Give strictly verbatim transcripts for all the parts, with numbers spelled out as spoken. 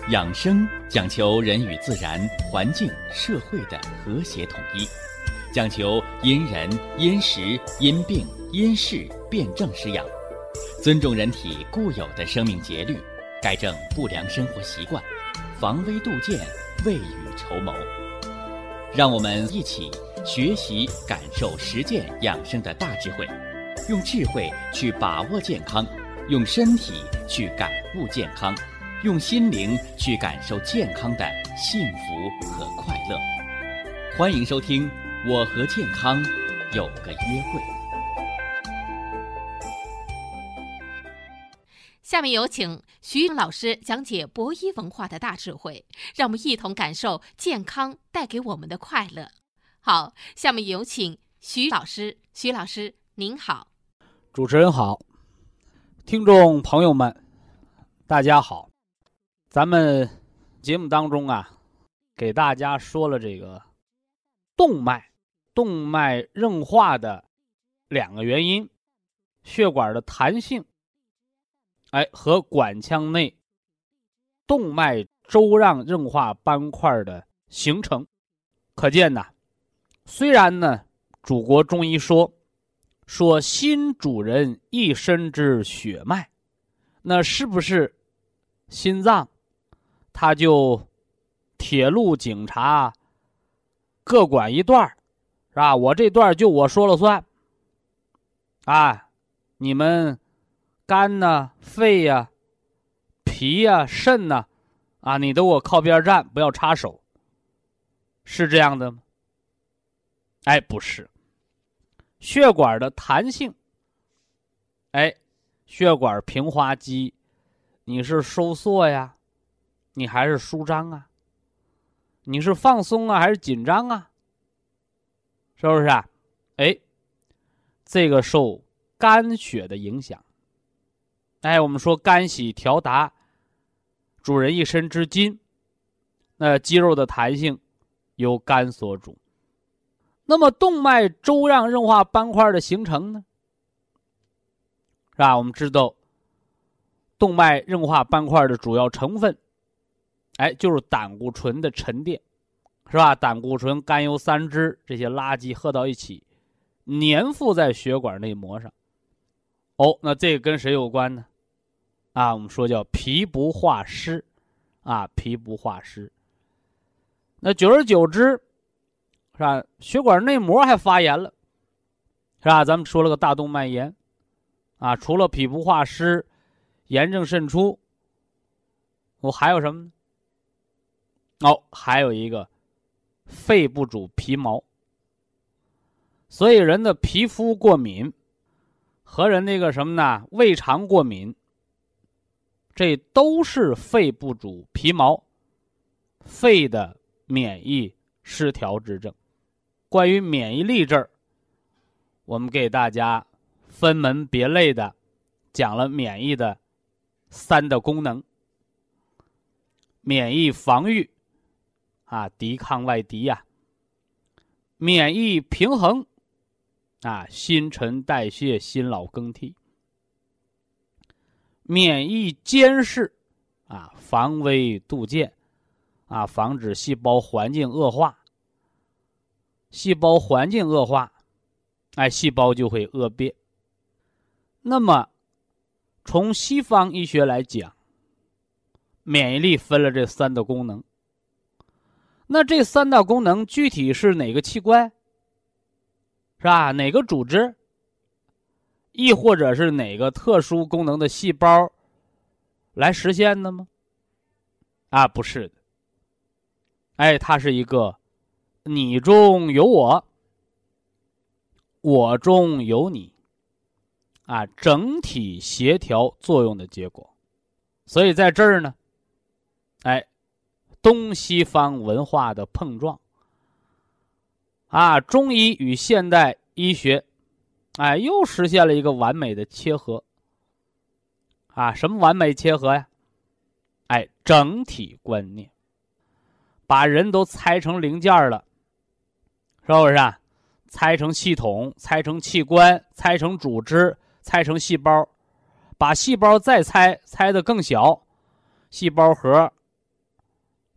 养生讲求人与自然、环境、社会的和谐统一，讲求因人、因时、因病、因事辩证施养，尊重人体固有的生命节律，改正不良生活习惯，防微杜渐，未雨绸缪。让我们一起学习、感受、实践养生的大智慧，用智慧去把握健康，用身体去感悟健康，用心灵去感受健康的幸福和快乐。欢迎收听《我和健康有个约会》。 下面有请徐老师讲解博医文化的大智慧，让我们一同感受健康带给我们的快乐。好，下面有请徐老师。徐老师您好。 主持人好，听众朋友们大家好。咱们节目当中啊，给大家说了这个动脉动脉硬化的两个原因，血管的弹性哎，和管腔内动脉粥样硬化斑块的形成。可见呐，虽然呢祖国中医说说心主人一身之血脉，那是不是心脏它就铁路警察各管一段，是吧？我这段就我说了算啊，你们肝呐、肺呀、啊、脾呀、啊、肾呐、啊，啊，你都给我靠边站，不要插手，是这样的吗？哎，不是。血管的弹性，哎，血管平滑肌，你是收缩呀，你还是舒张啊？你是放松啊，还是紧张啊？是不是啊？哎，这个受肝血的影响。哎，我们说肝喜调达，主人一身之筋，那肌肉的弹性由肝所主。那么动脉粥样硬化斑块的形成呢，是吧？我们知道动脉硬化斑块的主要成分，哎，就是胆固醇的沉淀，是吧？胆固醇、甘油三酯这些垃圾合到一起，粘附在血管内膜上。哦，那这个跟谁有关呢？啊，我们说叫脾不化湿，啊，脾不化湿。那久而久之，是吧？血管内膜还发炎了，是吧？咱们说了个大动脉炎，啊，除了脾不化湿、炎症渗出，我、哦、还有什么呢？哦，还有一个肺不主皮毛，所以人的皮肤过敏和人那个什么呢，胃肠过敏，这都是肺不主皮毛，肺的免疫失调之症。关于免疫力这儿，我们给大家分门别类的讲了免疫的三的功能：免疫防御啊，抵抗外敌呀；免疫平衡啊，新陈代谢、新老更替；免疫监视啊，防微杜渐啊，防止细胞环境恶化。细胞环境恶化，哎，细胞就会恶变。那么从西方医学来讲，免疫力分了这三大功能。那这三大功能具体是哪个器官，是吧？哪个组织，亦或者是哪个特殊功能的细胞来实现的吗？啊，不是的。哎，它是一个你中有我，我中有你，啊，整体协调作用的结果。所以在这儿呢，哎，东西方文化的碰撞，啊，中医与现代医学，哎，又实现了一个完美的切合。啊，什么完美切合呀？哎，整体观念，把人都拆成零件了。是不是啊？拆成系统，拆成器官，拆成组织，拆成细胞，把细胞再拆，拆得更小，细胞核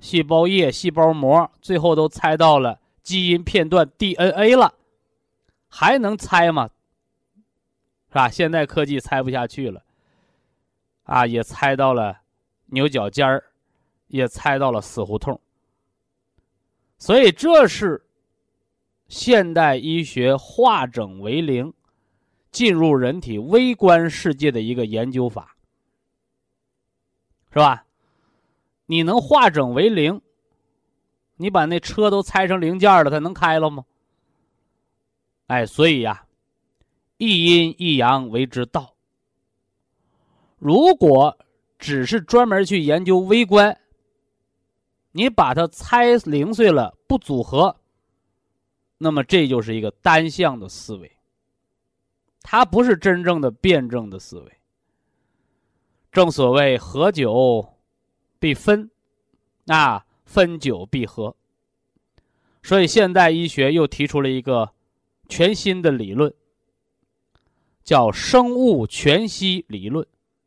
细胞液、细胞膜，最后都猜到了基因片段 D N A 了，还能猜吗？是吧？现代科技猜不下去了，啊，也猜到了牛角尖儿，也猜到了死胡同。所以这是现代医学化整为零，进入人体微观世界的一个研究法，是吧？你能化整为零，你把那车都拆成零件了，它能开了吗？哎，所以呀、啊，一阴一阳为之道。如果只是专门去研究微观，你把它拆零碎了，不组合，那么这就是一个单向的思维，它不是真正的辩证的思维。正所谓合久必分，啊，分久必合。所以现代医学又提出了一个全新的理论，叫生物全息理论。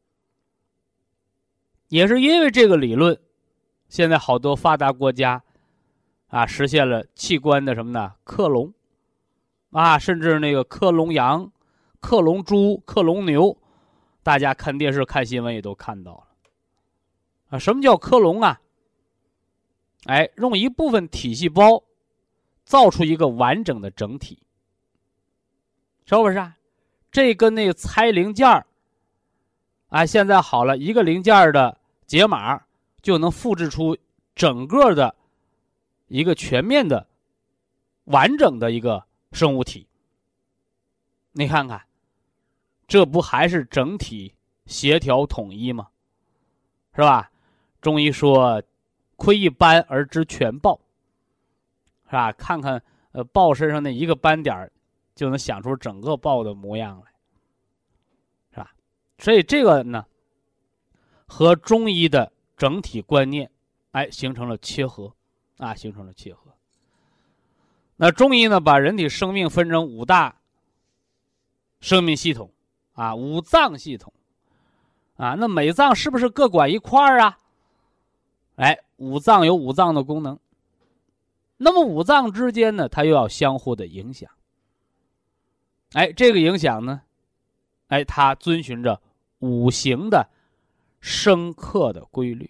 也是因为这个理论，现在好多发达国家啊实现了器官的什么呢？克隆啊，甚至那个克隆羊、克隆猪、克隆牛，大家看电视看新闻也都看到了啊。什么叫克隆啊？哎，用一部分体细胞造出一个完整的整体，是不是啊？这跟那个拆零件儿啊，现在好了，一个零件的解码就能复制出整个的一个全面的完整的一个生物体。你看看，这不还是整体协调统一吗？是吧？中医说窥一斑而知全豹，是吧？看看呃豹身上那一个斑点就能想出整个豹的模样来，是吧？所以这个呢和中医的整体观念哎形成了切合啊，形成了切合。那中医呢把人体生命分成五大生命系统啊，五脏系统啊，那每脏是不是各管一块儿啊？哎，五脏有五脏的功能，那么五脏之间呢，它又要相互的影响。哎，这个影响呢，哎，它遵循着五行的生克的规律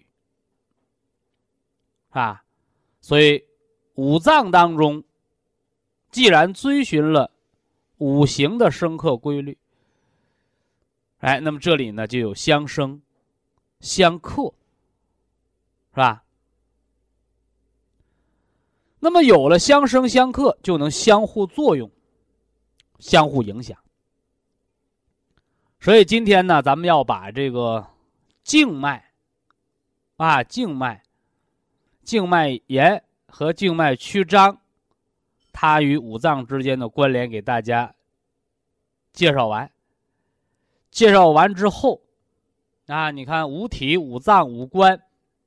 啊，所以五脏当中，既然遵循了五行的生克规律，哎，那么这里呢就有相生、相克，是吧？那么有了相生相克，就能相互作用、相互影响。所以今天呢，咱们要把这个静脉啊，静脉、静脉炎和静脉曲张，它与五脏之间的关联给大家介绍完。介绍完之后，啊，你看五体、五脏、五官，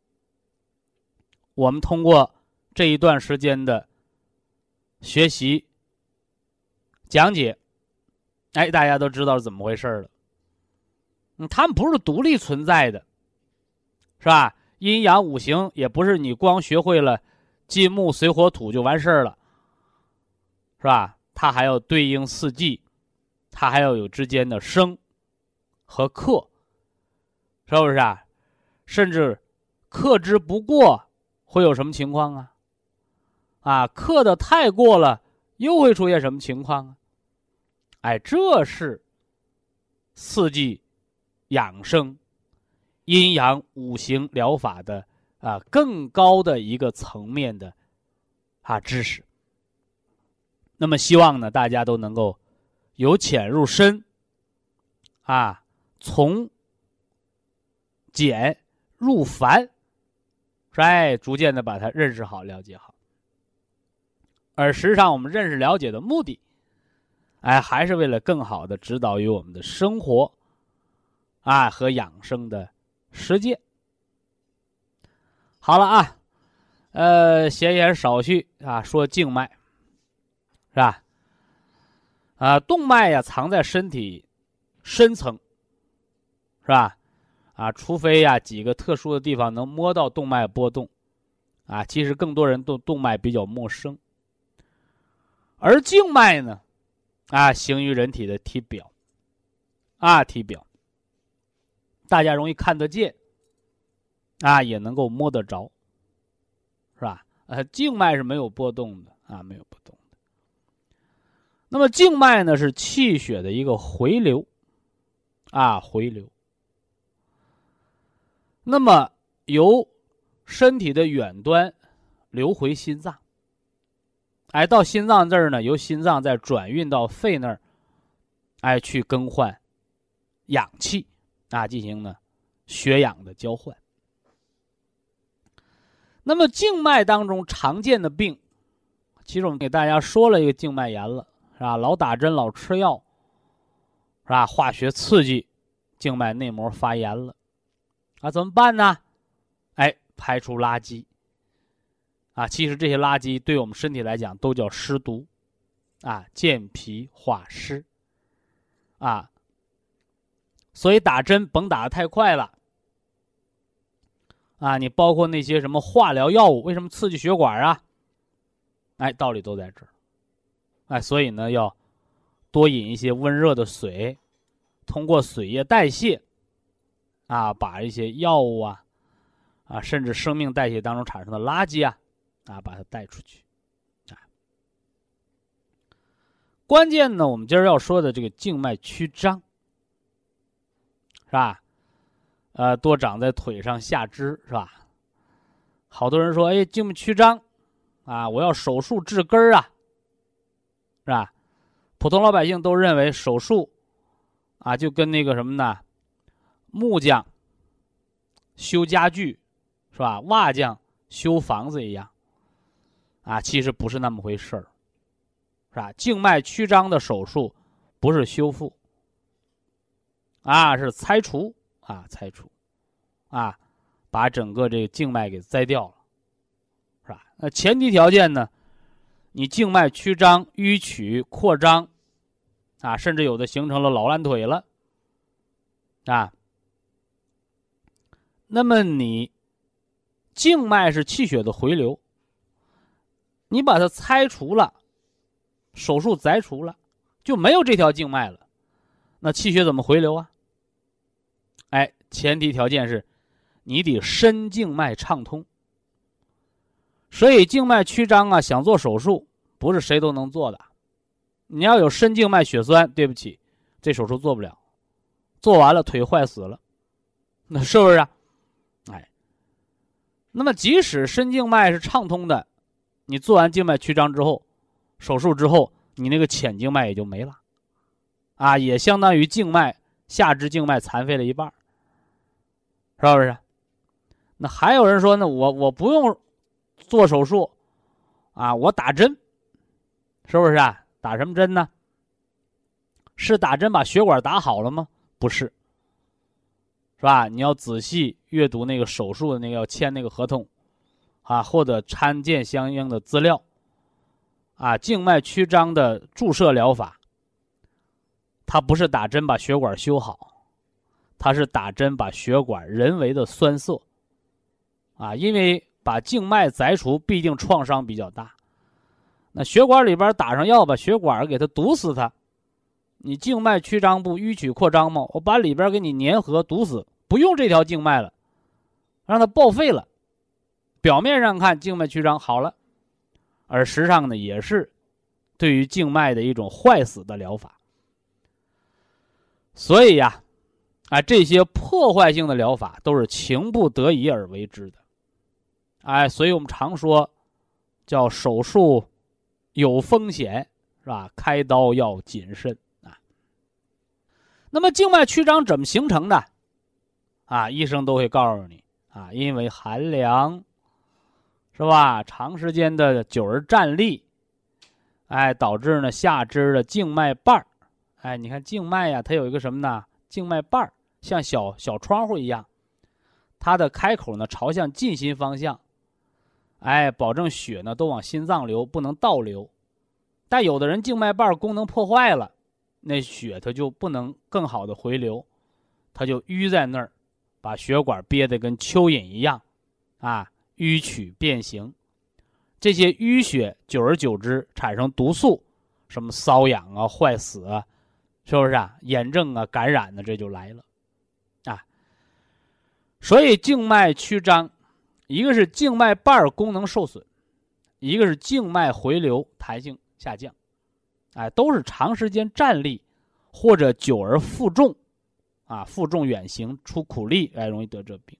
我们通过这一段时间的学习讲解，哎，大家都知道是怎么回事了。嗯，他们不是独立存在的，是吧？阴阳五行也不是你光学会了金木水火土就完事儿了，是吧？它还要对应四季，它还要有之间的生和克，是不是啊？甚至克之不过会有什么情况啊？啊，克的太过了，又会出现什么情况啊？哎，这是四季养生、阴阳五行疗法的啊更高的一个层面的啊知识。那么希望呢，大家都能够由浅入深，啊，从简入繁，哎，逐渐的把它认识好、了解好。而实际上，我们认识了解的目的，哎，还是为了更好的指导于我们的生活，啊和养生的实践。好了啊，呃，闲言少叙啊，说静脉，是吧？啊，动脉呀，藏在身体深层，是吧？啊，除非呀几个特殊的地方能摸到动脉波动， 啊，其实更多人对动脉比较陌生。而静脉呢，啊，行于人体的体表，啊，体表，大家容易看得见，啊，也能够摸得着，是吧？呃，静脉是没有波动的，啊，没有波动的。那么静脉呢，是气血的一个回流，啊，回流。那么由身体的远端流回心脏，哎，到心脏这儿呢，由心脏再转运到肺那儿，哎，去更换氧气，啊，进行呢血氧的交换。那么静脉当中常见的病，其实我们给大家说了一个静脉炎了，是吧？老打针，老吃药，是吧？化学刺激，静脉内膜发炎了，啊，怎么办呢？哎，排除垃圾。啊，其实这些垃圾对我们身体来讲都叫湿毒，啊，健脾化湿，啊，所以打针甭打得太快了，啊，你包括那些什么化疗药物，为什么刺激血管啊？哎，道理都在这儿，哎，所以呢，要多饮一些温热的水，通过水液代谢，啊，把一些药物啊，啊，甚至生命代谢当中产生的垃圾啊。啊，把它带出去，啊，关键呢，我们今儿要说的这个静脉曲张，是吧？呃，多长在腿上下肢，是吧？好多人说，哎，静脉曲张，啊，我要手术治根儿啊，是吧？普通老百姓都认为手术，啊，就跟那个什么呢，木匠修家具，是吧？瓦匠修房子一样。啊，其实不是那么回事儿，是吧？静脉曲张的手术不是修复，啊，是拆除，啊，拆除，啊，把整个这个静脉给摘掉了，是吧？那前提条件呢，你静脉曲张、淤曲、扩张，啊，甚至有的形成了老烂腿了，啊，那么你静脉是气血的回流。你把它拆除了，手术摘除了，就没有这条静脉了，那气血怎么回流啊？哎，前提条件是你得深静脉畅通。所以静脉曲张啊，想做手术不是谁都能做的，你要有深静脉血栓，对不起，这手术做不了，做完了腿坏死了，那是不是啊？哎，那么即使深静脉是畅通的，你做完静脉曲张之后，手术之后，你那个浅静脉也就没了，啊，也相当于静脉下肢静脉残废了一半，是不是？那还有人说呢，我我不用做手术，啊，我打针，是不是啊？打什么针呢？是打针把血管打好了吗？不是，是吧？你要仔细阅读那个手术的那个要签那个合同。啊，或者参见相应的资料，啊，静脉曲张的注射疗法，它不是打针把血管修好，它是打针把血管人为的栓塞，啊，因为把静脉摘除必定创伤比较大，那血管里边打上药，把血管给它堵死它，你静脉曲张不淤曲扩张吗？我把里边给你粘合堵死，不用这条静脉了，让它报废了。表面上看静脉曲张好了，而实际上呢也是对于静脉的一种坏死的疗法。所以呀，啊，这些破坏性的疗法都是情不得已而为之的，哎，所以我们常说叫手术有风险，是吧？开刀要谨慎啊。那么静脉曲张怎么形成的？啊，医生都会告诉你啊，因为寒凉。是吧？长时间的久而站立，哎，导致呢下肢的静脉瓣儿，哎，你看静脉呀，它有一个什么呢？静脉瓣儿像小小窗户一样，它的开口呢朝向近心方向，哎，保证血呢都往心脏流，不能倒流。但有的人静脉瓣功能破坏了，那血它就不能更好的回流，它就淤在那儿，把血管憋得跟蚯蚓一样，啊。 淤曲变形，这些淤血久而久之产生毒素，什么瘙痒啊、坏死啊，是不是啊？炎症啊、感染呢、啊，这就来了啊。所以静脉曲张，一个是静脉瓣功能受损，一个是静脉回流弹性下降，哎，都是长时间站立或者久而负重啊，负重远行出苦力，哎，容易得这病。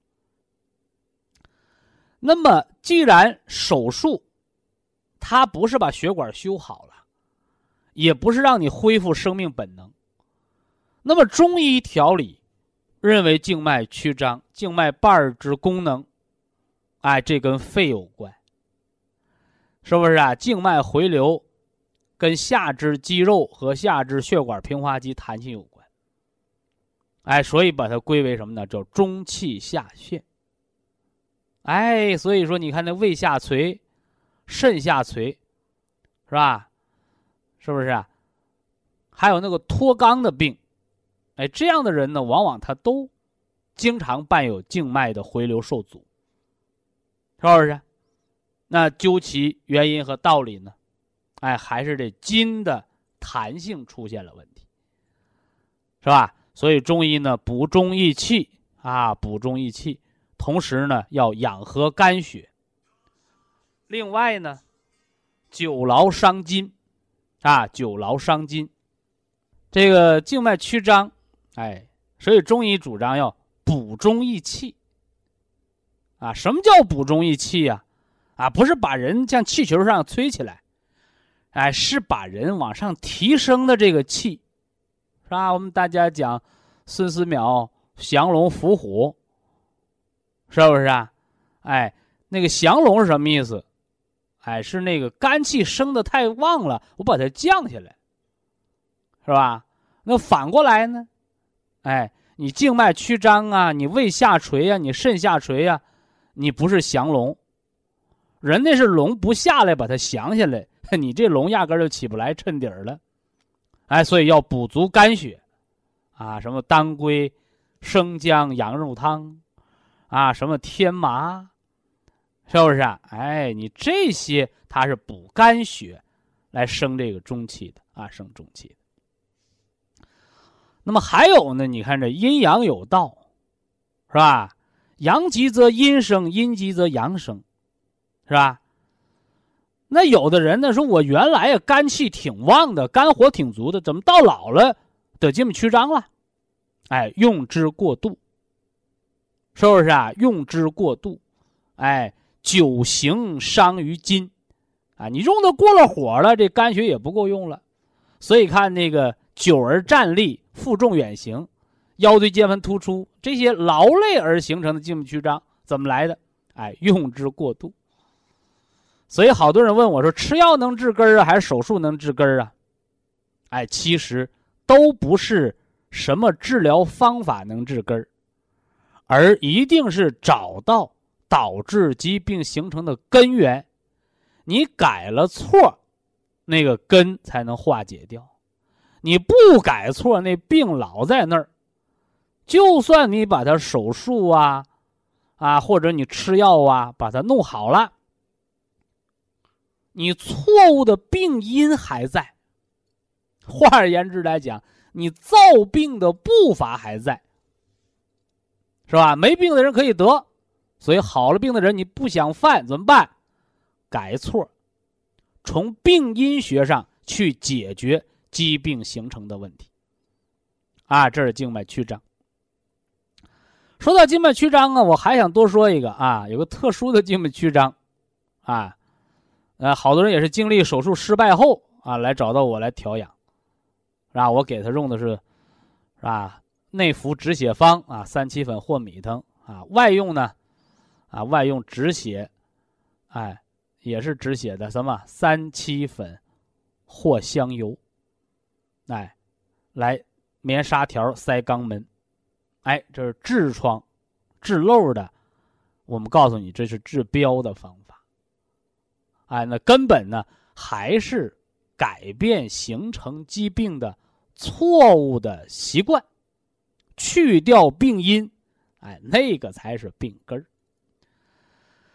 那么既然手术它不是把血管修好了，也不是让你恢复生命本能，那么中医调理认为静脉曲张、静脉瓣之功能，哎，这跟肺有关，是不是啊？静脉回流跟下肢肌肉和下肢血管平滑肌弹性有关，哎，所以把它归为什么呢？叫中气下陷。哎，所以说你看那胃下垂、肾下垂，是吧？是不是啊？还有那个脱肛的病，哎，这样的人呢，往往他都经常伴有静脉的回流受阻，是不是？那究其原因和道理呢，哎，还是这筋的弹性出现了问题，是吧？所以中医呢，补中益气啊，补中益气。同时呢，要养和肝血。另外呢，久劳伤筋，啊，久劳伤筋。这个静脉曲张，哎，所以中医主张要补中益气。啊，什么叫补中益气呀？啊，不是把人像气球上吹起来，哎，是把人往上提升的这个气，是吧？我们大家讲孙思邈降龙伏虎。是不是啊？哎，那个降龙是什么意思？哎，是那个肝气升得太旺了，我把它降下来，是吧？那反过来呢？哎，你静脉曲张啊，你胃下垂啊，你肾下垂啊，你不是降龙，人那是龙不下来把它降下来，你这龙压根就起不来衬底儿了。哎，所以要补足肝血啊，什么当归、生姜、羊肉汤。啊，什么天麻，是不是啊？哎，你这些它是补肝血，来生这个中气的啊，生中气的。那么还有呢？你看这阴阳有道，是吧？阳极则阴生，阴极则阳生，是吧？那有的人呢说，我原来呀肝气挺旺的，肝火挺足的，怎么到老了得静脉曲张了？哎，用之过度。是不是啊？用之过度，哎，久行伤于筋，啊，你用的过了火了，这肝血也不够用了，所以看那个久而站立、负重远行、腰椎间盘突出这些劳累而形成的静脉曲张怎么来的？哎，用之过度。所以好多人问我说，吃药能治根儿啊，还是手术能治根儿啊？哎，其实都不是什么治疗方法能治根儿。而一定是找到导致疾病形成的根源，你改了错，那个根才能化解掉。你不改错，那病老在那儿。就算你把它手术啊，啊，或者你吃药啊，把它弄好了，你错误的病因还在。换而言之来讲，你造病的步伐还在。是吧？没病的人可以得，所以好了病的人你不想犯怎么办？改错，从病因学上去解决疾病形成的问题。啊，这是静脉曲张。说到静脉曲张啊，我还想多说一个啊，有个特殊的静脉曲张，啊，呃，好多人也是经历手术失败后啊，来找到我来调养，是吧？我给他用的是，是吧？内服止血方啊，三七粉或米汤啊，外用呢，啊，外用止血，哎，也是止血的什么三七粉或香油，哎，来棉纱条塞肛门，哎，这是痔疮、治漏的，我们告诉你这是治标的方法，哎，那根本呢还是改变形成疾病的错误的习惯。去掉病因，哎，那个才是病根儿。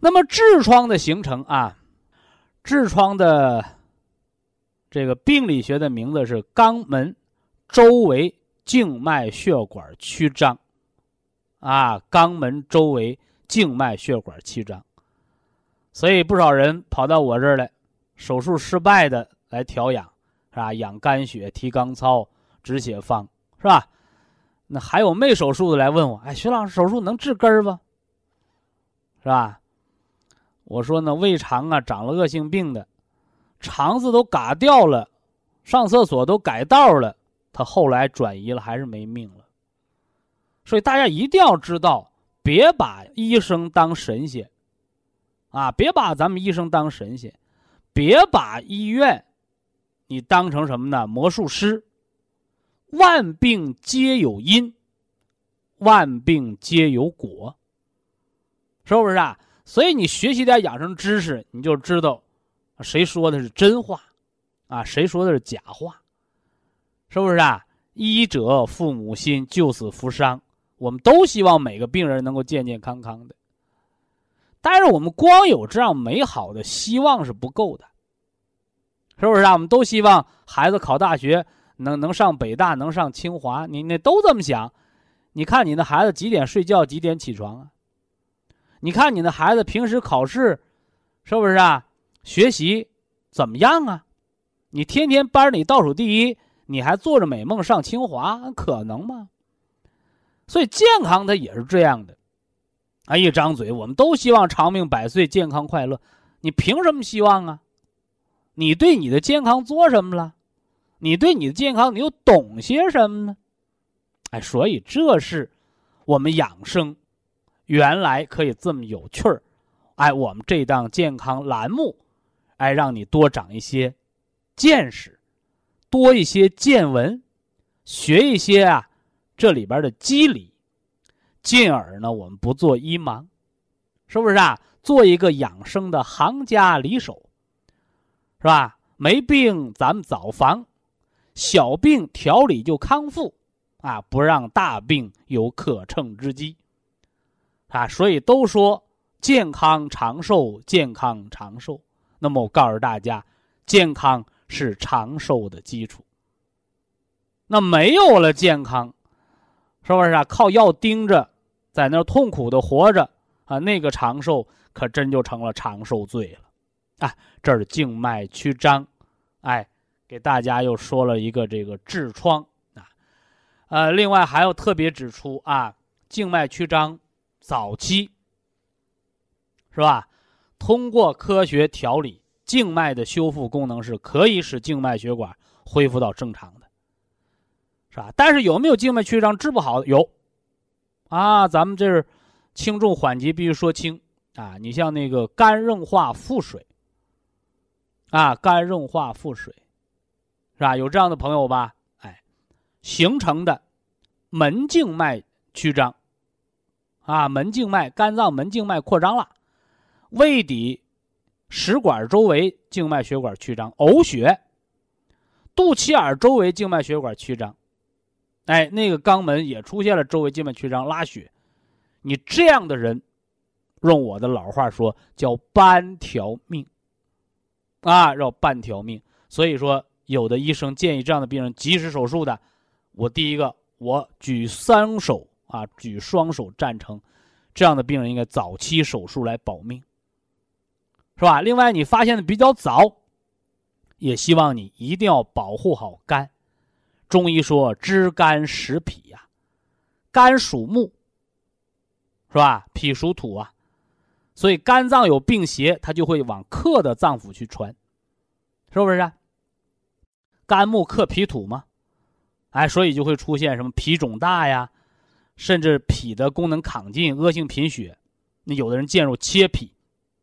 那么痔疮的形成啊，痔疮的这个病理学的名字是肛门周围静脉血管曲张啊，肛门周围静脉血管曲张。所以不少人跑到我这儿来，手术失败的来调养，是吧？养肝血、提肛操、止血方，是吧？那还有没手术的来问我，哎，徐老师，手术能治根儿吗？是吧？我说呢，胃肠啊长了恶性病的，肠子都嘎掉了，上厕所都改道了，他后来转移了还是没命了。所以大家一定要知道，别把医生当神仙啊，别把咱们医生当神仙，别把医院你当成什么呢？魔术师。万病皆有因，万病皆有果，是不是啊？所以你学习点养生知识，你就知道谁说的是真话啊，谁说的是假话，是不是啊？医者父母心，救死扶伤，我们都希望每个病人能够健健康康的。但是我们光有这样美好的希望是不够的，是不是啊？我们都希望孩子考大学，能能上北大，能上清华，你那都这么想。你看你的孩子几点睡觉，几点起床啊？你看你的孩子平时考试，是不是啊？学习怎么样啊？你天天班里倒数第一，你还做着美梦上清华，可能吗？所以健康它也是这样的啊！一张嘴，我们都希望长命百岁、健康快乐，你凭什么希望啊？你对你的健康做什么了？你对你的健康，你又懂些什么呢？哎，所以这是我们养生原来可以这么有趣儿。哎，我们这档健康栏目，哎，让你多长一些见识，多一些见闻，学一些啊这里边的机理，进而呢，我们不做医盲，是不是啊？做一个养生的行家里手，是吧？没病咱们早防，小病调理就康复啊，不让大病有可乘之机啊。所以都说健康长寿，健康长寿。那么我告诉大家，健康是长寿的基础。那没有了健康，是不是啊？靠药盯着，在那儿痛苦的活着啊，那个长寿可真就成了长寿罪了啊！这是静脉曲张，哎，给大家又说了一个这个痔疮啊，呃，另外还要特别指出啊，静脉曲张早期是吧？通过科学调理，静脉的修复功能是可以使静脉血管恢复到正常的，是吧？但是有没有静脉曲张治不好的？有啊，咱们这是轻重缓急必须说清啊。你像那个肝硬化腹水啊，肝硬化腹水是吧？有这样的朋友吧？哎，形成的门静脉曲张啊，门静脉、肝脏门静脉扩张了，胃底食管周围静脉血管曲张，呕血，肚脐眼周围静脉血管曲张，哎，那个肛门也出现了周围静脉曲张，拉血。你这样的人，用我的老话说，叫半条命啊，叫半条命。所以说，有的医生建议这样的病人及时手术的，我第一个，我举三手啊，举双手赞成，这样的病人应该早期手术来保命，是吧？另外，你发现的比较早，也希望你一定要保护好肝。中医说知肝识脾呀、啊，肝属木，是吧？脾属土啊，所以肝脏有病邪，它就会往克的脏腑去传，是不是啊？肝木克脾土嘛，哎，所以就会出现什么脾肿大呀，甚至脾的功能亢进，恶性贫血。那有的人进入切脾，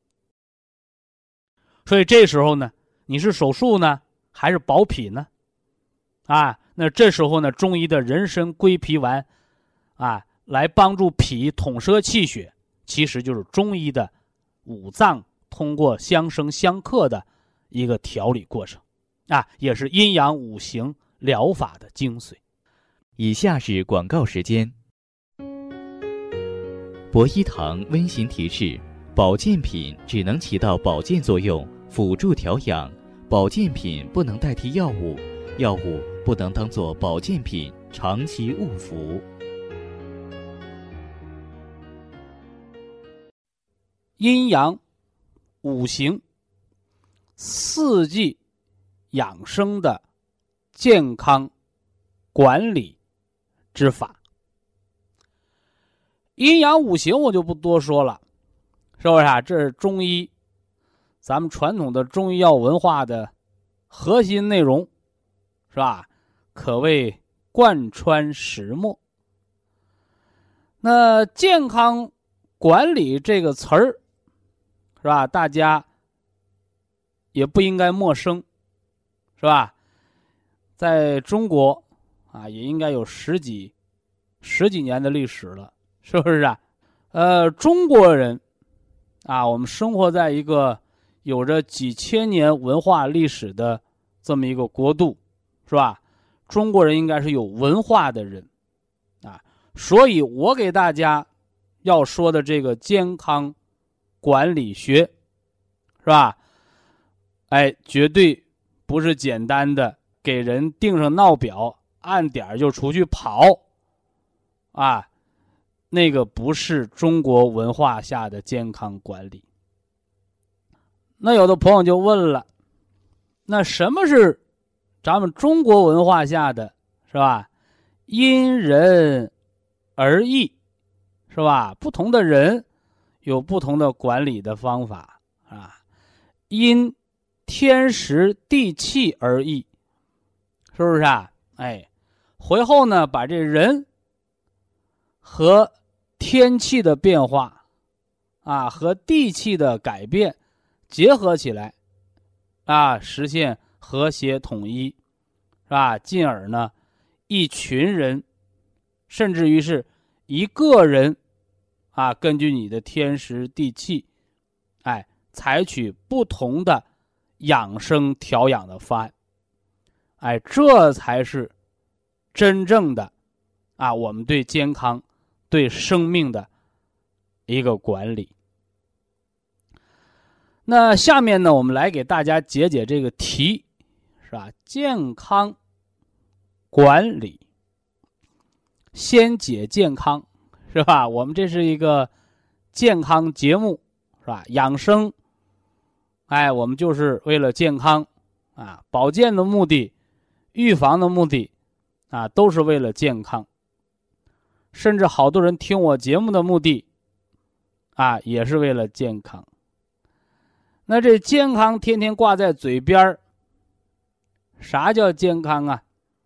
所以这时候呢，你是手术呢，还是保脾呢？啊，那这时候呢，中医的人参归脾丸，啊，来帮助脾统摄气血，其实就是中医的五脏通过相生相克的一个调理过程，啊，也是阴阳五行疗法的精髓。 以下是广告时间。博一堂温馨提示： 保健品只能起到保健作用，辅助调养，保健品不能代替药物，药物不能当作保健品长期误服。 阴阳、五行、四季养生的健康管理之法。阴阳五行我就不多说了，是不是啊？这是中医，咱们传统的中医药文化的核心内容，是吧？可谓贯穿始末。那健康管理这个词儿，是吧？大家也不应该陌生，是吧？在中国啊，也应该有十几十几年的历史了，是不是啊？呃，中国人啊，我们生活在一个有着几千年文化历史的这么一个国度，是吧？中国人应该是有文化的人啊，所以我给大家要说的这个健康管理学，是吧？哎，绝对不是简单的给人定上闹表，按点就出去跑啊，那个不是中国文化下的健康管理。那有的朋友就问了，那什么是咱们中国文化下的，是吧？因人而异，是吧？不同的人有不同的管理的方法啊，因天时地气而异，是不是啊？哎，回后呢，把这人和天气的变化啊，和地气的改变结合起来啊，实现和谐统一，是吧？进而呢，一群人，甚至于是一个人啊，根据你的天时地气，哎，采取不同的养生调养的方案，哎，这才是真正的啊，我们对健康、对生命的一个管理。那下面呢，我们来给大家解解这个题，是吧？健康管理，先解健康，是吧？我们这是一个健康节目，是吧？养生，哎，我们就是为了健康啊，保健的目的、预防的目的啊，都是为了健康。甚至好多人听我节目的目的啊，也是为了健康。那这健康天天挂在嘴边，啥叫健康啊？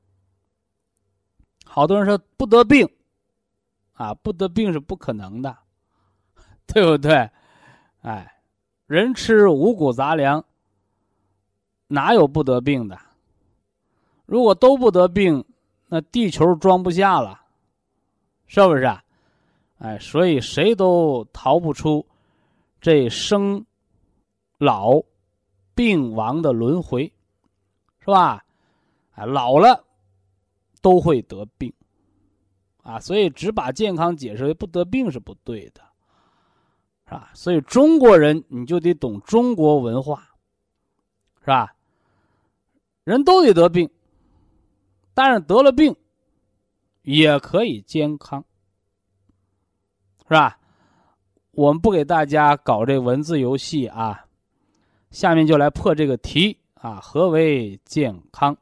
好多人说不得病啊，不得病是不可能的，对不对？哎，人吃五谷杂粮，哪有不得病的？如果都不得病，那地球装不下了，是不是啊？哎，所以谁都逃不出这生老病亡的轮回，是吧？哎，老了都会得病啊，所以只把健康解释为不得病是不对的，是吧？所以中国人你就得懂中国文化，是吧？人都得得病，但是得了病也可以健康，是吧？我们不给大家搞这文字游戏啊，下面就来破这个题啊。何为健康？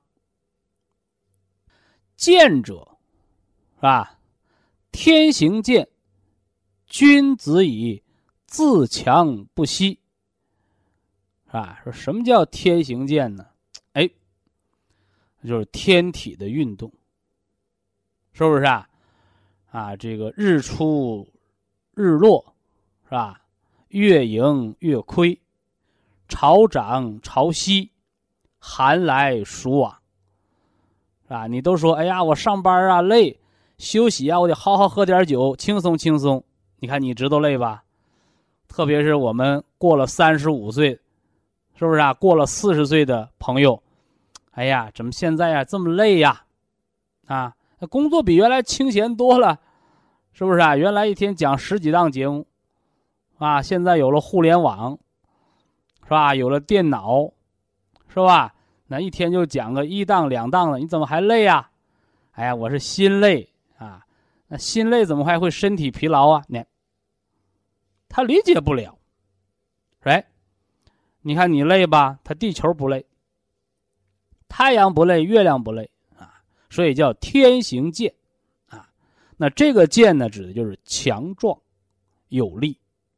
健者，是吧？天行健，君子以自强不息，是吧？说什么叫天行健呢？哎，就是天体的运动，是不是啊？啊，这个日出日落，是吧？月盈月亏，潮涨潮汐，寒来暑往，是吧？你都说，哎呀，我上班啊累，休息啊，我得好好喝点酒，轻松轻松。你看你知道累吧？特别是我们过了三十五岁，是不是啊？过了四十岁的朋友，哎呀，怎么现在啊这么累呀？啊，工作比原来清闲多了，是不是啊？原来一天讲十几档节目， 啊，现在有了互联网，是吧？有了电脑，是吧？那一天就讲个一档两档的，你怎么还累啊？哎呀，我是心累啊。那心累怎么还会身体疲劳啊？你他理解不了。哎，你看你累吧，他地球不累，太阳不累，月亮不累啊，所以叫天行健啊。那这个健呢，指的就是强壮有力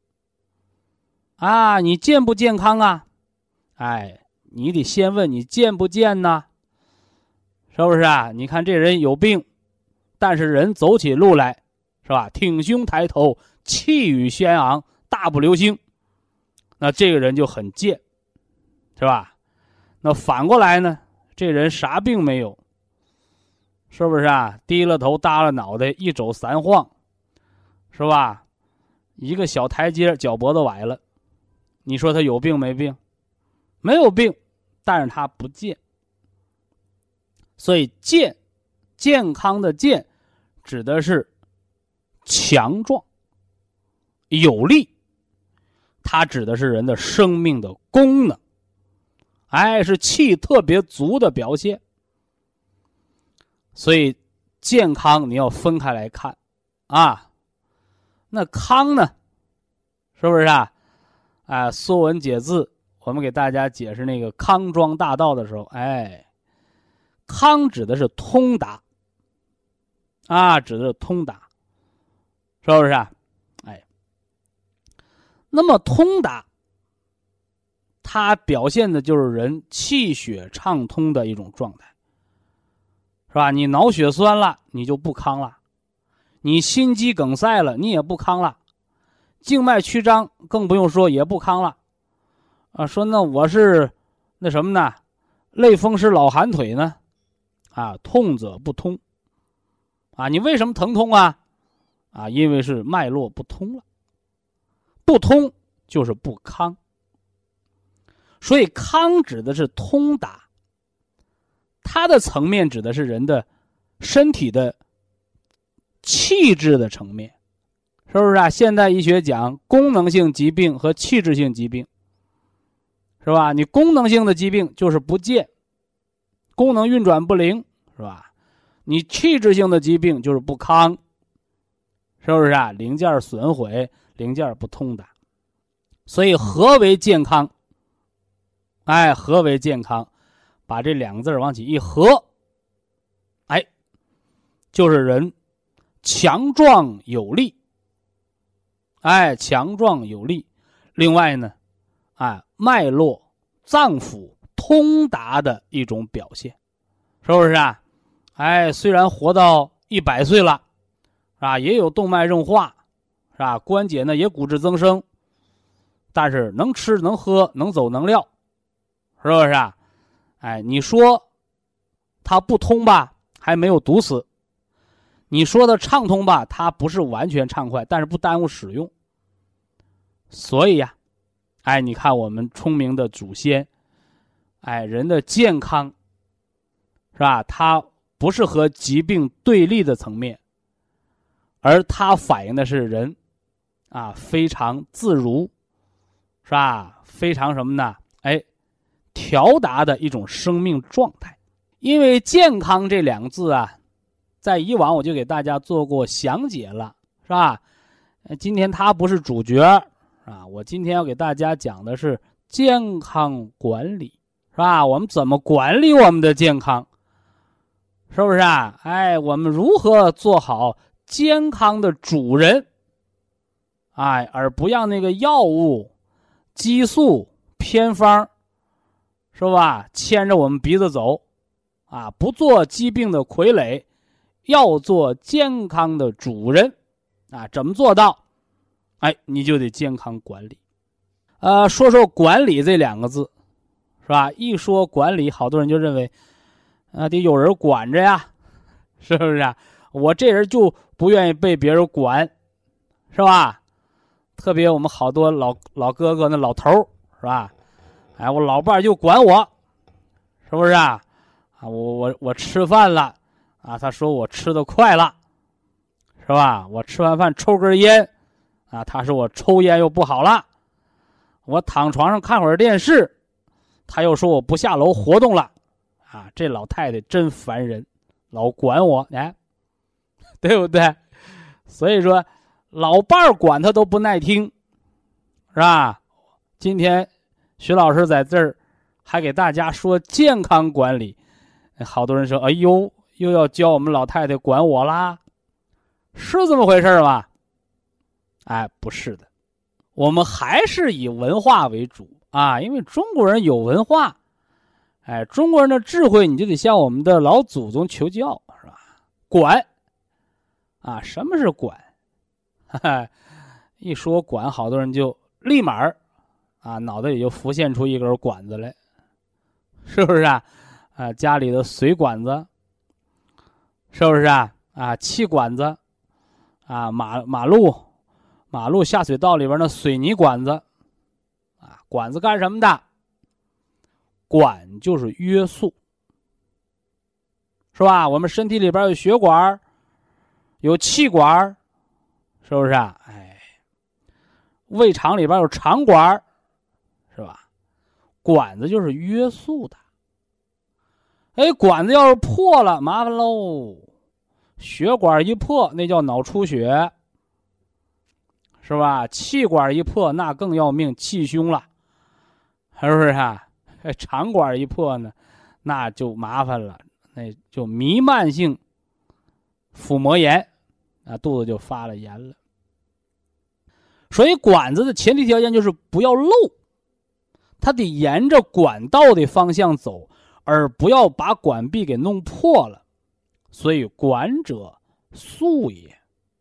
啊。你健不健康啊？哎，你得先问你健不健呢？是不是啊？你看这人有病，但是人走起路来，是吧？挺胸抬头，气宇轩昂，大步流星，那这个人就很健，是吧？那反过来呢，这人啥病没有，是不是啊？低了头，耷了脑袋，一走三晃，是吧？一个小台阶，脚脖子崴了，你说他有病没病？没有病，但是他不健。所以健，健康的健，指的是强壮、有力，它指的是人的生命的功能，哎，是气特别足的表现。所以健康你要分开来看啊。那康呢，是不是啊？啊，《说文解字》我们给大家解释那个康庄大道的时候，哎，康指的是通达啊，指的是通达，是不是啊？哎，那么通达，它表现的就是人气血畅通的一种状态，是吧？你脑血栓了，你就不康了；你心肌梗塞了，你也不康了；静脉曲张更不用说，也不康了。啊，说那我是那什么呢？类风湿老寒腿呢？啊，痛者不通。啊，你为什么疼痛啊？啊，因为是脉络不通了，不通就是不康。所以康指的是通达，它的层面指的是人的身体的气质的层面，是不是啊？现代医学讲功能性疾病和气质性疾病，是吧？你功能性的疾病就是不健，功能运转不灵，是吧？你气质性的疾病就是不康，是不是啊？零件损毁，零件不通达。所以何为健康？哎，何为健康？把这两个字往起一合，哎，就是人强壮有力。哎，强壮有力。另外呢，哎，脉络脏腑通达的一种表现，是不是啊？哎，虽然活到一百岁了，啊，也有动脉硬化，是吧？关节呢也骨质增生，但是能吃能喝能走能撂，是不是啊？哎，你说它不通吧，还没有堵死；你说它畅通吧，它不是完全畅快，但是不耽误使用。所以呀，哎，你看我们聪明的祖先，哎，人的健康，是吧？它不是和疾病对立的层面，而它反映的是人啊非常自如，是吧？非常什么呢？哎，调达的一种生命状态。因为健康这两个字啊，在以往我就给大家做过详解了，是吧？今天它不是主角啊，我今天要给大家讲的是健康管理，是吧？我们怎么管理我们的健康？是不是啊？哎，我们如何做好健康的主人？哎，而不让那个药物、激素、偏方，是吧？牵着我们鼻子走，啊，不做疾病的傀儡，要做健康的主人，啊，怎么做到？哎，你就得健康管理。呃，说说管理这两个字，是吧？一说管理，好多人就认为。啊，得有人管着呀，是不是啊？我这人就不愿意被别人管，是吧？特别我们好多老老哥哥那老头是吧？哎，我老伴就管我，是不是啊？啊，我我我吃饭了，啊，他说我吃的快了，是吧？我吃完饭抽根烟， 啊，他说我抽烟又不好了，我躺床上看会儿电视，他又说我不下楼活动了，啊，这老太太真烦人，老管我，哎，对不对？所以说，老伴儿管他都不耐听，是吧？今天徐老师在这儿还给大家说健康管理，好多人说，哎呦，又要教我们老太太管我啦，是这么回事吧？哎，不是的，我们还是以文化为主啊，因为中国人有文化，哎，中国人的智慧你就得向我们的老祖宗求教，是吧？管啊，什么是管？哈哈，一说管，好多人就立马儿啊，脑袋里就浮现出一根管子来，是不是啊？啊，家里的水管子，是不是啊？啊，气管子，啊，马马路。马路下水道里边的水泥管子，啊，管子干什么的？管就是约束，是吧？我们身体里边有血管，有气管，是不是啊？哎，胃肠里边有肠管，是吧？管子就是约束的。哎，管子要是破了，麻烦喽。血管一破，那叫脑出血。是吧？气管一破，那更要命，气胸了，是不是啊？肠管一破呢，那就麻烦了，那就弥漫性腹膜炎，啊，肚子就发了炎了。所以管子的前提条件就是不要漏，它得沿着管道的方向走，而不要把管壁给弄破了。所以管者束也。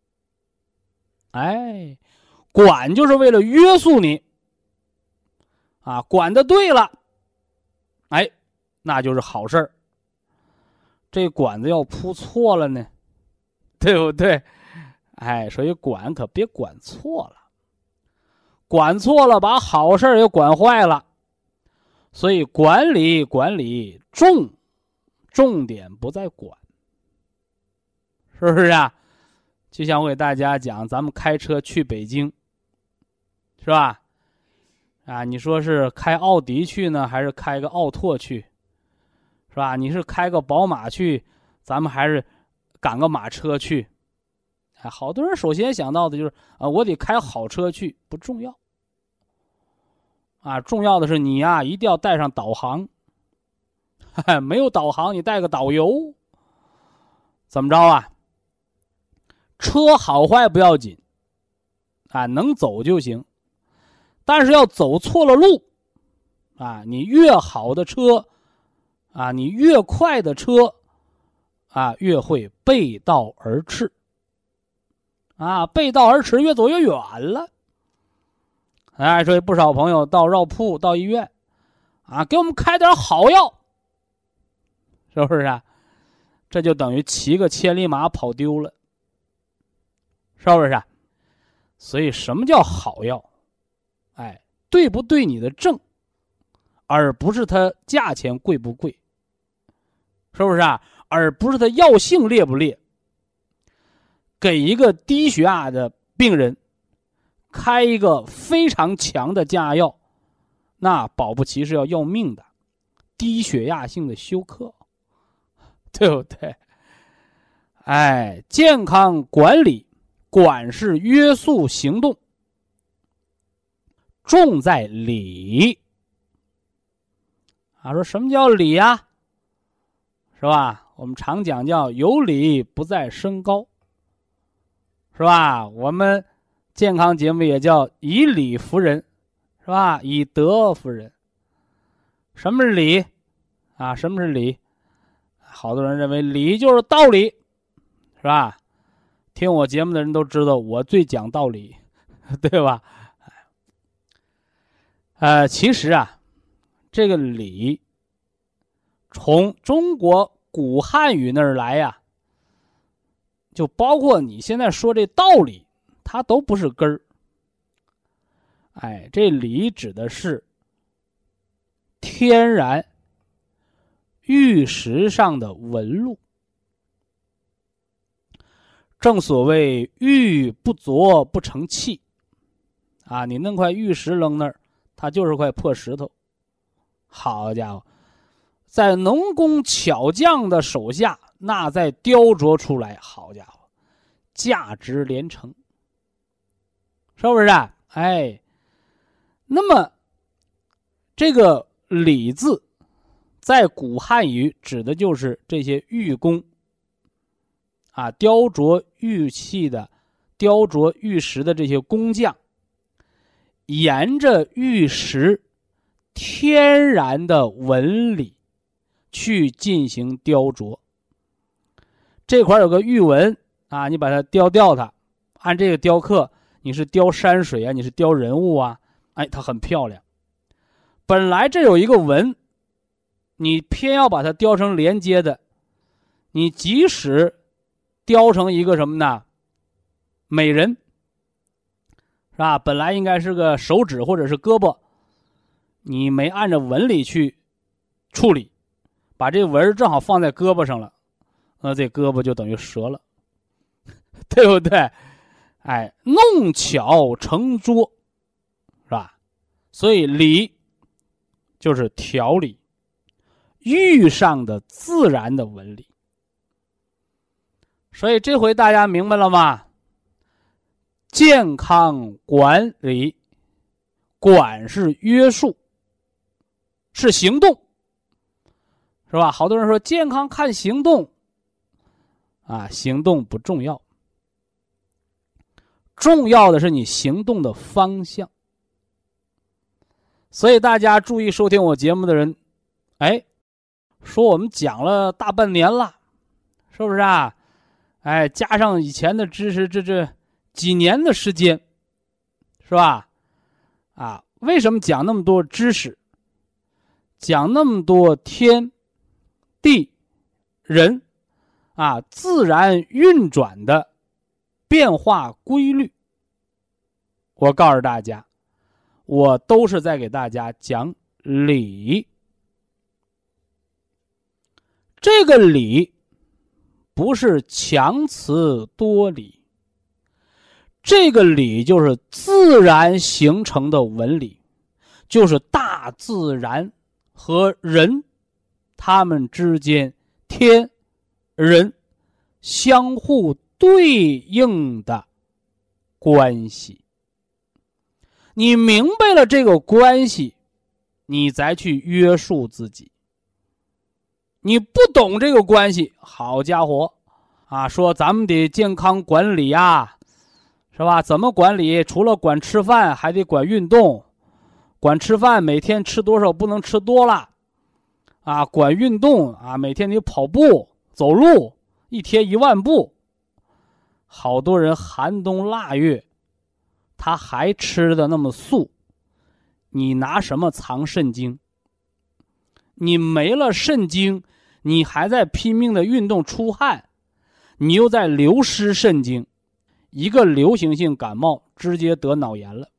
哎。管就是为了约束你，啊，管得对了，哎，那就是好事儿。这管子要铺错了呢，对不对？哎，所以管可别管错了，管错了把好事儿也管坏了。所以管理管理重，重点不在管，是不是啊？就像我给大家讲，咱们开车去北京。是吧？啊，你说是开奥迪去呢，还是开个奥拓去？是吧？你是开个宝马去，咱们还是赶个马车去？哎，好多人首先想到的就是啊，我得开好车去，不重要。啊，重要的是你呀、啊，一定要带上导航。没有导航，你带个导游，怎么着啊？车好坏不要紧，啊，能走就行。但是要走错了路，啊，你越好的车，啊，你越快的车，啊，越会背道而驰，啊，背道而驰，越走越远了。哎，所以不少朋友到药铺、到医院，啊，给我们开点好药，是不是啊？这就等于骑个千里马跑丢了，是不是啊？所以什么叫好药？哎，对不对你的症，而不是它价钱贵不贵，是不是啊？而不是它药性烈不烈。给一个低血压的病人开一个非常强的降压药，那保不齐是要要命的，低血压性的休克，对不对？哎，健康管理，管是约束行动。重在理啊，说什么叫理呀、啊？是吧？我们常讲叫有理不在身高，是吧？我们健康节目也叫以理服人，是吧？以德服人。什么是理啊？什么是理？好多人认为理就是道理，是吧？听我节目的人都知道我最讲道理，对吧？呃，其实啊，这个理从中国古汉语那儿来呀、啊，就包括你现在说这道理，它都不是根儿。哎，这理指的是天然玉石上的纹路。正所谓玉不琢不成器， 啊，你弄块玉石扔那儿，它就是块破石头。好家伙，在农工巧匠的手下，那再雕琢出来，好家伙，价值连城，是不是啊？哎，那么这个礼字在古汉语指的就是这些玉工啊，雕琢玉器的、雕琢玉石的这些工匠，沿着玉石天然的纹理去进行雕琢。这块有个玉纹啊，你把它雕掉它，按这个雕刻，你是雕山水啊，你是雕人物啊，哎，它很漂亮。本来这有一个纹，你偏要把它雕成连接的，你即使雕成一个什么呢？美人，是吧？本来应该是个手指或者是胳膊，你没按照纹理去处理，把这纹正好放在胳膊上了，那这胳膊就等于折了，对不对？哎，弄巧成拙，是吧？所以理就是条理，玉上的自然的纹理。所以这回大家明白了吗？健康管理，管是约束，是行动，是吧？好多人说健康看行动，啊，行动不重要，重要的是你行动的方向。所以大家注意收听我节目的人，哎，说我们讲了大半年了，是不是啊？哎，加上以前的知识，这这几年的时间，是吧？啊，为什么讲那么多知识，讲那么多天地人啊自然运转的变化规律？我告诉大家，我都是在给大家讲理。这个理不是强词夺理，这个理就是自然形成的纹理，就是大自然和人他们之间天人相互对应的关系。你明白了这个关系，你再去约束自己。你不懂这个关系，好家伙啊，说咱们得健康管理啊，是吧？怎么管理？除了管吃饭，还得管运动。管吃饭，每天吃多少不能吃多了啊。管运动啊，每天得跑步走路，一天一万步。好多人寒冬腊月他还吃的那么素，你拿什么藏肾精？你没了肾精，你还在拼命的运动出汗，你又在流失肾精，一个流行性感冒直接得脑炎了。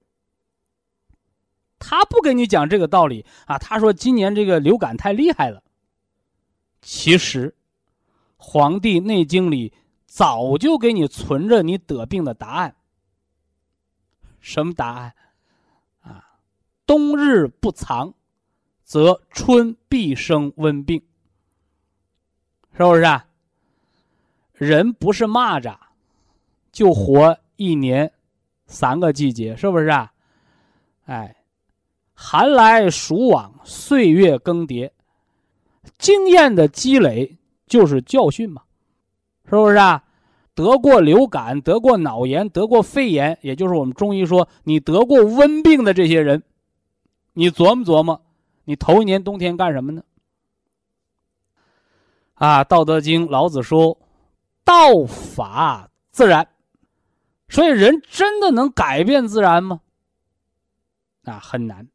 他不跟你讲这个道理啊，他说今年这个流感太厉害了。其实《黄帝内经》里早就给你存着你得病的答案。什么答案啊？冬日不藏，则春必生温病，是不是啊？人不是蚂蚱，就活一年三个季节，是不是啊？哎，寒来暑往，岁月更迭，经验的积累就是教训嘛，是不是啊？得过流感，得过脑炎，得过肺炎，也就是我们中医说你得过温病的这些人，你琢磨琢磨，你头一年冬天干什么呢？啊，《道德经》老子说道法自然，所以人真的能改变自然吗？啊，很难，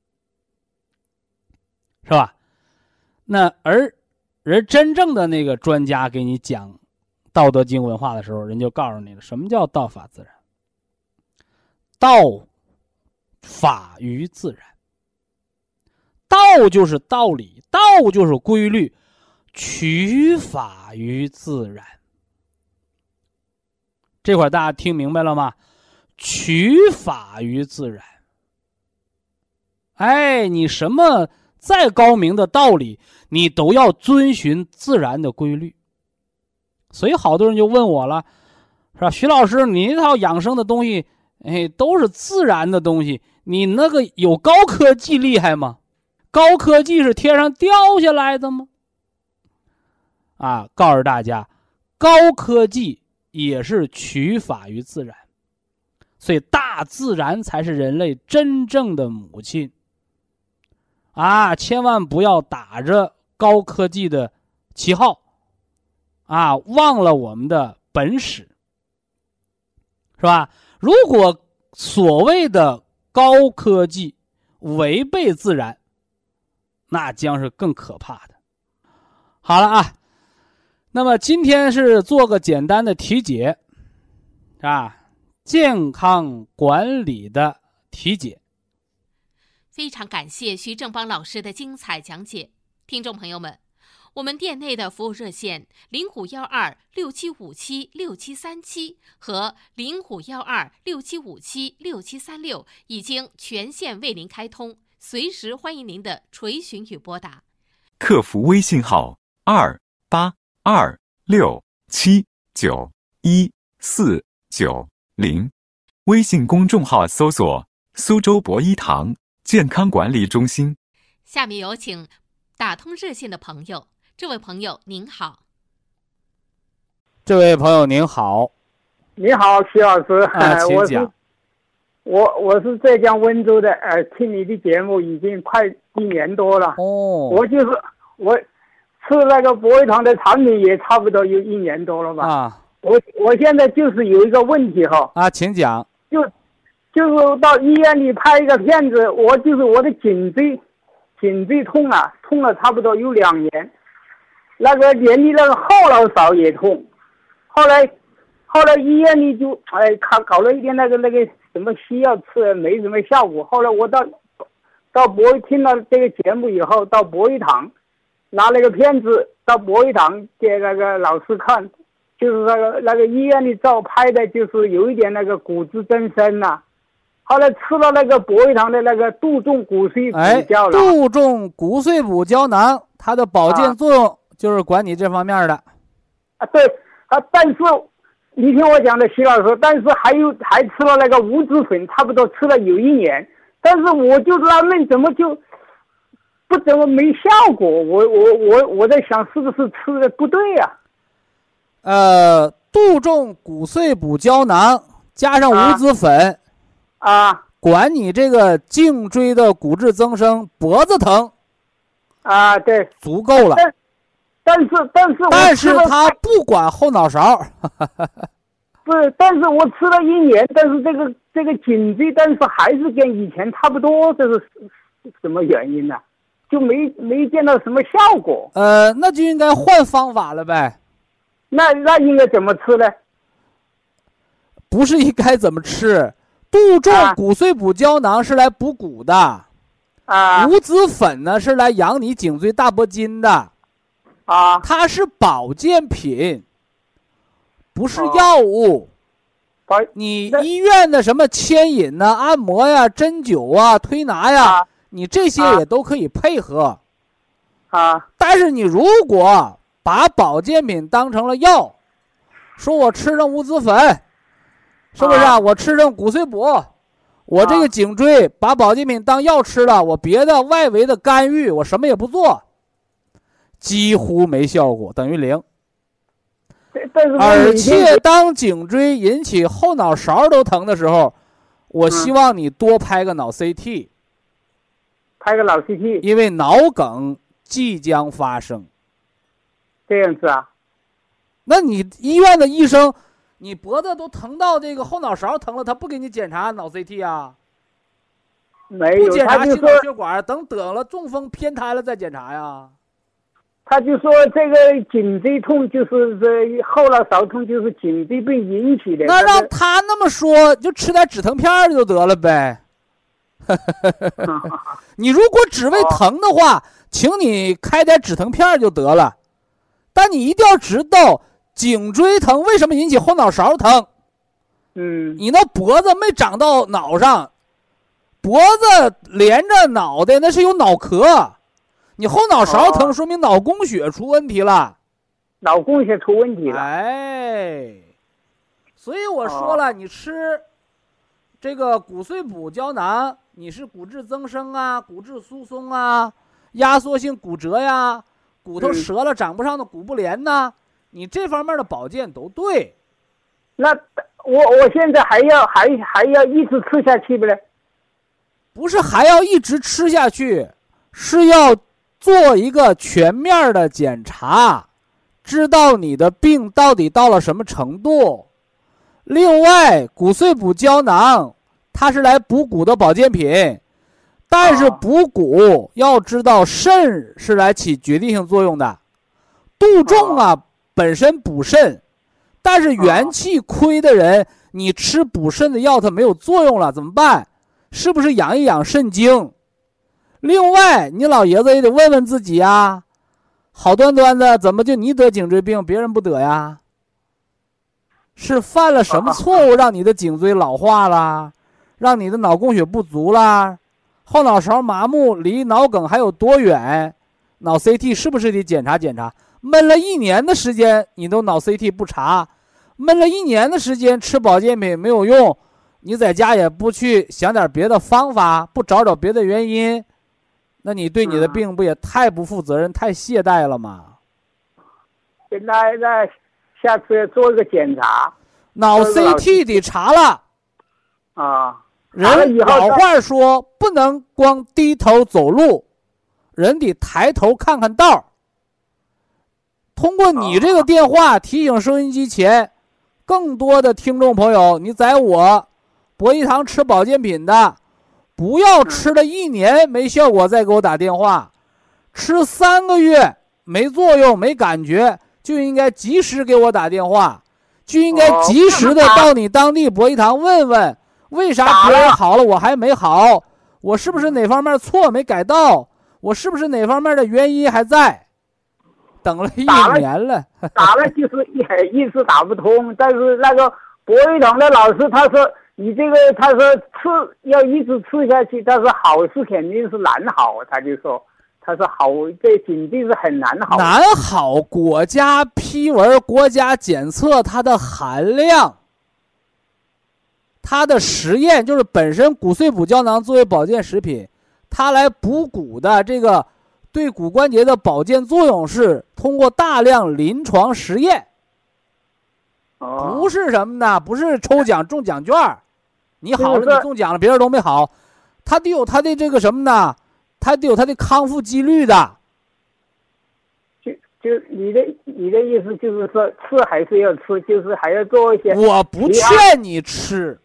是吧？那而而真正的那个专家给你讲道德经文化的时候，人就告诉你了，什么叫道法自然？道法于自然，道就是道理，道就是规律，取法于自然。这会儿大家听明白了吗？ 取法于自然。哎，你什么再高明的道理，你都要遵循自然的规律。所以好多人就问我了，是吧？徐老师，你那套养生的东西，哎，都是自然的东西，你那个有高科技厉害吗？高科技是天上掉下来的吗？啊，告诉大家，高科技也是取法于自然，所以大自然才是人类真正的母亲。啊，千万不要打着高科技的旗号，啊，忘了我们的本始，是吧？如果所谓的高科技违背自然，那将是更可怕的。好了啊，那么今天是做个简单的题解，啊，健康管理的题解。 非常感谢徐正邦老师的精彩讲解。听众朋友们，我们店内的服务热线零五幺二六七五七六七三七和零五幺二六七五七六七三六已经全线为您开通，随时欢迎您的垂询与拨打。 客服微信号二八二六七九一四九零，微信公众号搜索苏州博医堂健康管理中心。 下面有请打通热线的朋友。这位朋友您好。 这位朋友您好。 你好，徐老师。 啊，请讲。 我是我我是浙江温州的，呃，听你的节目已经快一年多了。 哦。 我就是我吃那个博医堂的产品也差不多有一年多了吧。 啊。 我我现在就是有一个问题哈。 啊，请讲。 就就是到医院里拍一个片子，我就是我的颈椎颈椎痛啊，痛了差不多有两年。那个连的那个后脑勺也痛，后来，后来医院里就哎搞搞了一点那个那个什么西药吃，没什么效果。后来我到到博医听了这个节目以后，到博医堂拿了个片子到博医堂给那个老师看，就是那个那个医院里照拍的，就是有一点那个骨质增生呐、啊。后来吃了那个博医堂的那个杜仲骨髓补胶囊， 哎，杜仲骨髓补胶囊，它的保健作用、啊。就是管你这方面的， 啊，对啊，但是你听我讲的，徐老师，但是还有还吃了那个无籽粉，差不多吃了有一年，但是我就纳闷，怎么就不怎么没效果？我我我我在想，是不是吃的不对呀、 啊？呃，杜仲骨髓补胶囊加上无籽粉， 啊， 管你这个颈椎的骨质增生、脖子疼， 啊，对， 足够了。 但是但是我但是他不管后脑勺， 不是，但是我吃了一年，但是这个这个颈椎，但是还是跟以前差不多，这是什么原因呢、啊？就没没见到什么效果。 呃，那就应该换方法了呗。 那那应该怎么吃呢？ 不是应该怎么吃？杜仲骨髓补胶囊是来补骨的， 啊， 无籽粉呢是来养你颈椎大脖筋的。 啊， 它是保健品，不是药物。 哦、 你医院的什么牵引呐、啊、按摩呀、针灸啊、推拿呀， 啊、 你这些也都可以配合。 啊， 但是你如果把保健品当成了药，说我吃上无籽粉，是不是啊？啊我吃上骨髓补，我这个颈椎把保健品当药吃了，我别的外围的干预我什么也不做。几乎没效果，等于零。而且当颈椎引起后脑勺都疼的时候，我希望你多拍个脑 C T，、嗯、 拍个脑 C T， 因为脑梗即将发生。 这样子啊？ 那你医院的医生，你脖子都疼到这个后脑勺疼了，他不给你检查脑 C T 啊？ 没有， 不检查心脑血管，等得了中风偏瘫了再检查呀？ 他就说这个颈椎痛就是这后脑勺痛就是颈椎病引起的。 那让他那么说，就吃点止疼片就得了呗。你如果只为疼的话，请你开点止疼片就得了。但你一定要知道颈椎疼为什么引起后脑勺疼， 嗯， 你那脖子没长到脑上，脖子连着脑袋，那是有脑壳。你后脑勺疼， 哦说明脑供血出问题了。 脑供血出问题了。 哎，所以我说了，你吃这个骨碎补胶囊，你是骨质增生啊、骨质疏松啊、压缩性骨折呀、骨头折了长不上的骨不连呐、你这方面的保健都对。 那我我现在还要还还要一直吃下去不呢？ 不是还要一直吃下去，是要做一个全面的检查，知道你的病到底到了什么程度。另外，骨碎补胶囊它是来补骨的保健品，但是补骨要知道肾是来起决定性作用的。杜仲啊本身补肾，但是元气亏的人，你吃补肾的药它没有作用了，怎么办？是不是养一养肾经？另外，你老爷子也得问问自己呀，好端端的怎么就你得颈椎病，别人不得呀？是犯了什么错误让你的颈椎老化了，让你的脑供血不足了，后脑勺麻木，离脑梗还有多远？脑 C T 是不是得检查检查？闷了一年的时间，你都脑 C T 不查，闷了一年的时间吃保健品没有用，你在家也不去想点别的方法，不找找别的原因，那你对你的病不也太不负责任、太懈怠了吗？ 现在在下次做一个检查， 脑 C T 得查了啊。 人老话说，不能光低头走路，人得抬头看看道。通过你这个电话提醒收音机前更多的听众朋友，你在我博一堂吃保健品的，不要吃了一年没效果再给我打电话，吃三个月没作用没感觉，就应该及时给我打电话，就应该及时的到你当地博一堂问问，为啥别人好了我还没好，我是不是哪方面错没改到，我是不是哪方面的原因还在。等了一年了， 打了就是一一直打不通。但是那个博一堂的老师他说，你这个他说吃要一直吃下去，但是好事肯定是难好，他就说他说好这颈椎是很难好。 难好，国家批文，国家检测它的含量，它的实验就是本身骨碎补胶囊作为保健食品，它来补骨的这个。对骨关节的保健作用是通过大量临床实验， 哦、 不是什么呢？不是抽奖中奖券，你好了你中奖了，别人都没好，它得有它的这个什么呢？它得有它的康复几率的。 就就你的你的意思就是说，吃还是要吃，就是还要做一些。 我不劝你吃，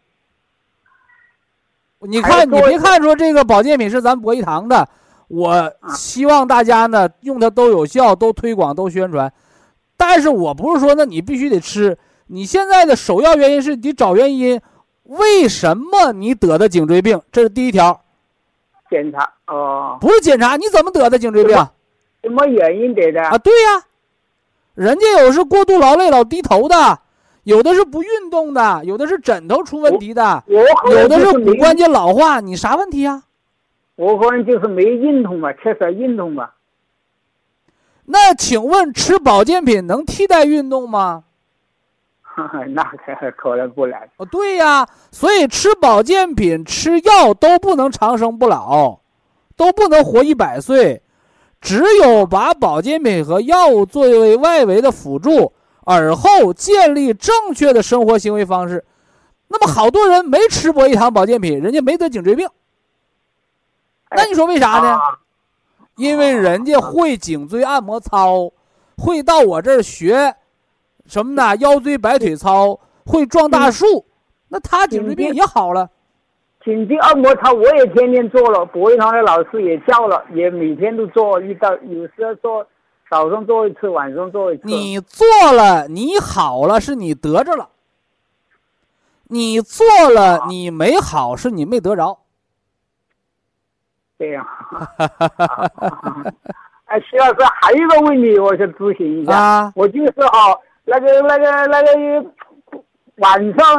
你看你别看说这个保健品是咱博一堂的。我希望大家呢用它都有效，都推广，都宣传，但是我不是说那你必须得吃。你现在的首要原因是你找原因，为什么你得的颈椎病？这是第一条。 检查哦， 不是检查，你怎么得的颈椎病？ 什么原因得的啊？对呀、啊，人家有是过度劳累老低头的，有的是不运动的，有的是枕头出问题的，有的是骨关节老化，你啥问题呀、啊？ 我可能就是没运动嘛，缺少运动嘛。 那请问吃保健品能替代运动吗？ 那可能不能。 哦，对呀，所以吃保健品、吃药都不能长生不老，都不能活一百岁。只有把保健品和药物作为外围的辅助，而后建立正确的生活行为方式。那么好多人没吃博一堂保健品，人家没得颈椎病。那你说为啥呢？因为人家会颈椎按摩操，会到我这儿学什么呢？腰椎摆腿操，会撞大树，那他颈椎病也好了。 颈椎按摩操我也天天做了，博一堂的老师也教了，也每天都做，遇到有时候做，早上做一次，晚上做一次。 你做了，你好了，是你得着了；你做了，你没好，是你没得着。 这样，哎，徐老师还有一个问题，我想咨询一下。啊、我就是哈、哦，那个、那个、那个晚上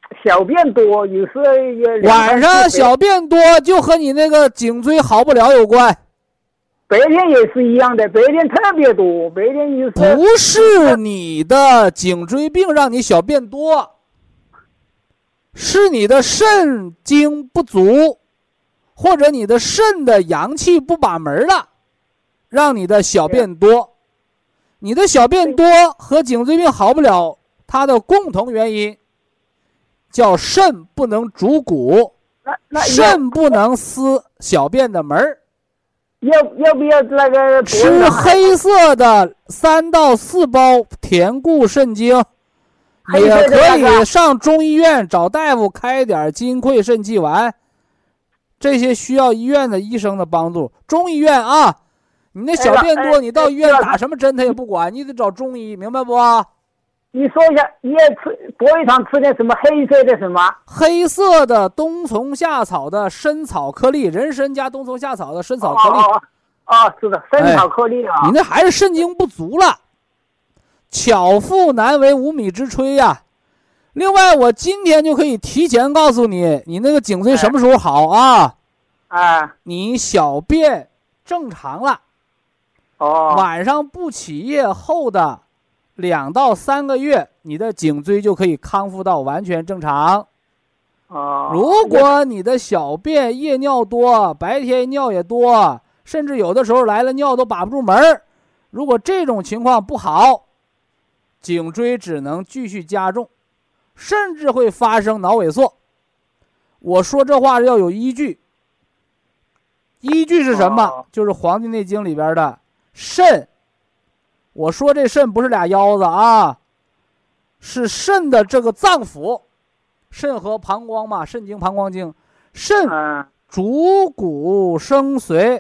小便多，有时候也晚上小便多就和你那个颈椎好不了有关。 白天也是一样的，白天特别多，白天有时候不是你的颈椎病让你小便多，是你的肾精不足，或者你的肾的阳气不把门了，让你的小便多。你的小便多和颈椎病好不了，它的共同原因叫肾不能主骨， 那那肾不能撕小便的门儿。 要要不要那个吃黑色的三到四包田固肾精，也可以上中医院找大夫开点金匮肾气丸，这些需要医院的医生的帮助。中医院啊，你那小便多，你到医院打什么针他也不管，你得找中医，明白不？ 你说一下，你也吃博一堂吃点什么黑色的什么？ 黑色的冬虫夏草的参草颗粒，人参加冬虫夏草的参草颗粒。 哦哦，哦是的，参草颗粒啊。 哎、你那还是肾精不足了，巧妇难为无米之炊呀、啊。另外，我今天就可以提前告诉你，你那个颈椎什么时候好啊？ 啊， 你小便正常了， 哦， 晚上不起夜后的两到三个月，你的颈椎就可以康复到完全正常。 哦， 如果你的小便夜尿多，白天尿也多，甚至有的时候来了尿都把不住门儿，如果这种情况不好，颈椎只能继续加重，甚至会发生脑萎缩。我说这话要有依据，依据是什么？ 哦、 就是《黄帝内经》里边的肾。我说这肾不是俩腰子啊，是肾的这个脏腑，肾和膀胱嘛，肾经、膀胱经。肾主骨生髓，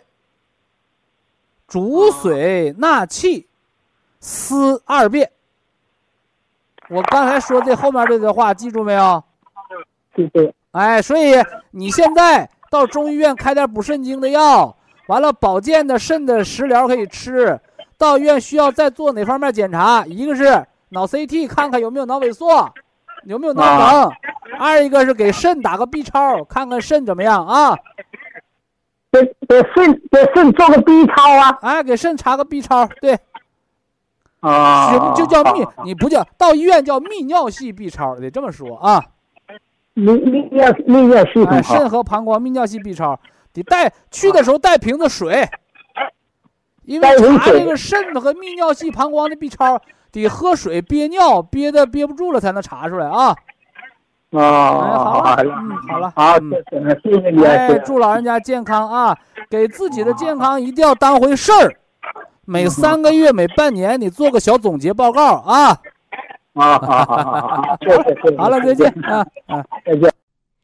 主髓纳气，司二便。我刚才说这后面这个话记住没有？ 记住。 哎，所以你现在到中医院开点补肾精的药，完了保健的肾的食疗可以吃。到医院需要再做哪方面检查？一个是脑 C T 看看有没有脑萎缩，有没有脑梗；二一个是给肾打个 B 超，看看肾怎么样啊？ 给给肾给肾做个 B 超啊！ 哎，给肾查个 B 超，对。 啊， 就叫泌，你不叫到医院叫泌尿系 B 超，得这么说啊。 泌泌尿泌尿系统好。 哎，肾和膀胱泌尿系 B 超，得带去的时候带瓶子水。因为查这个肾和泌尿系膀胱的 B 超，得喝水憋尿，憋的憋不住了才能查出来啊。 哦， 哎，好了，嗯，好了， 好，谢谢你。 哎，祝老人家健康啊！给自己的健康一定要当回事儿，每三个月、每半年你做个小总结报告啊。 啊，好好好好，谢谢谢谢。 好了，再见啊啊， 再见。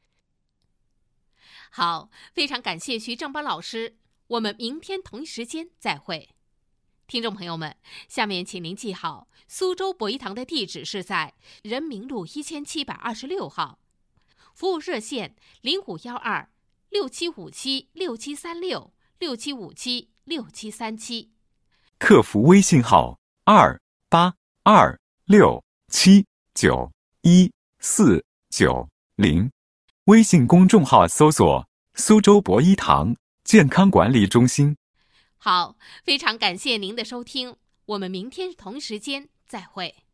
好，非常感谢徐正邦老师。我们明天同一时间再会，听众朋友们，下面请您记好，苏州博医堂的地址是在人民路一千七百二十六号，服务热线零五幺二六七五七六七三六六七五七六七三七， 客服微信号二八二六七九一四九零，微信公众号搜索苏州博医堂健康管理中心。 好，非常感谢您的收听，我们明天同一时间再会。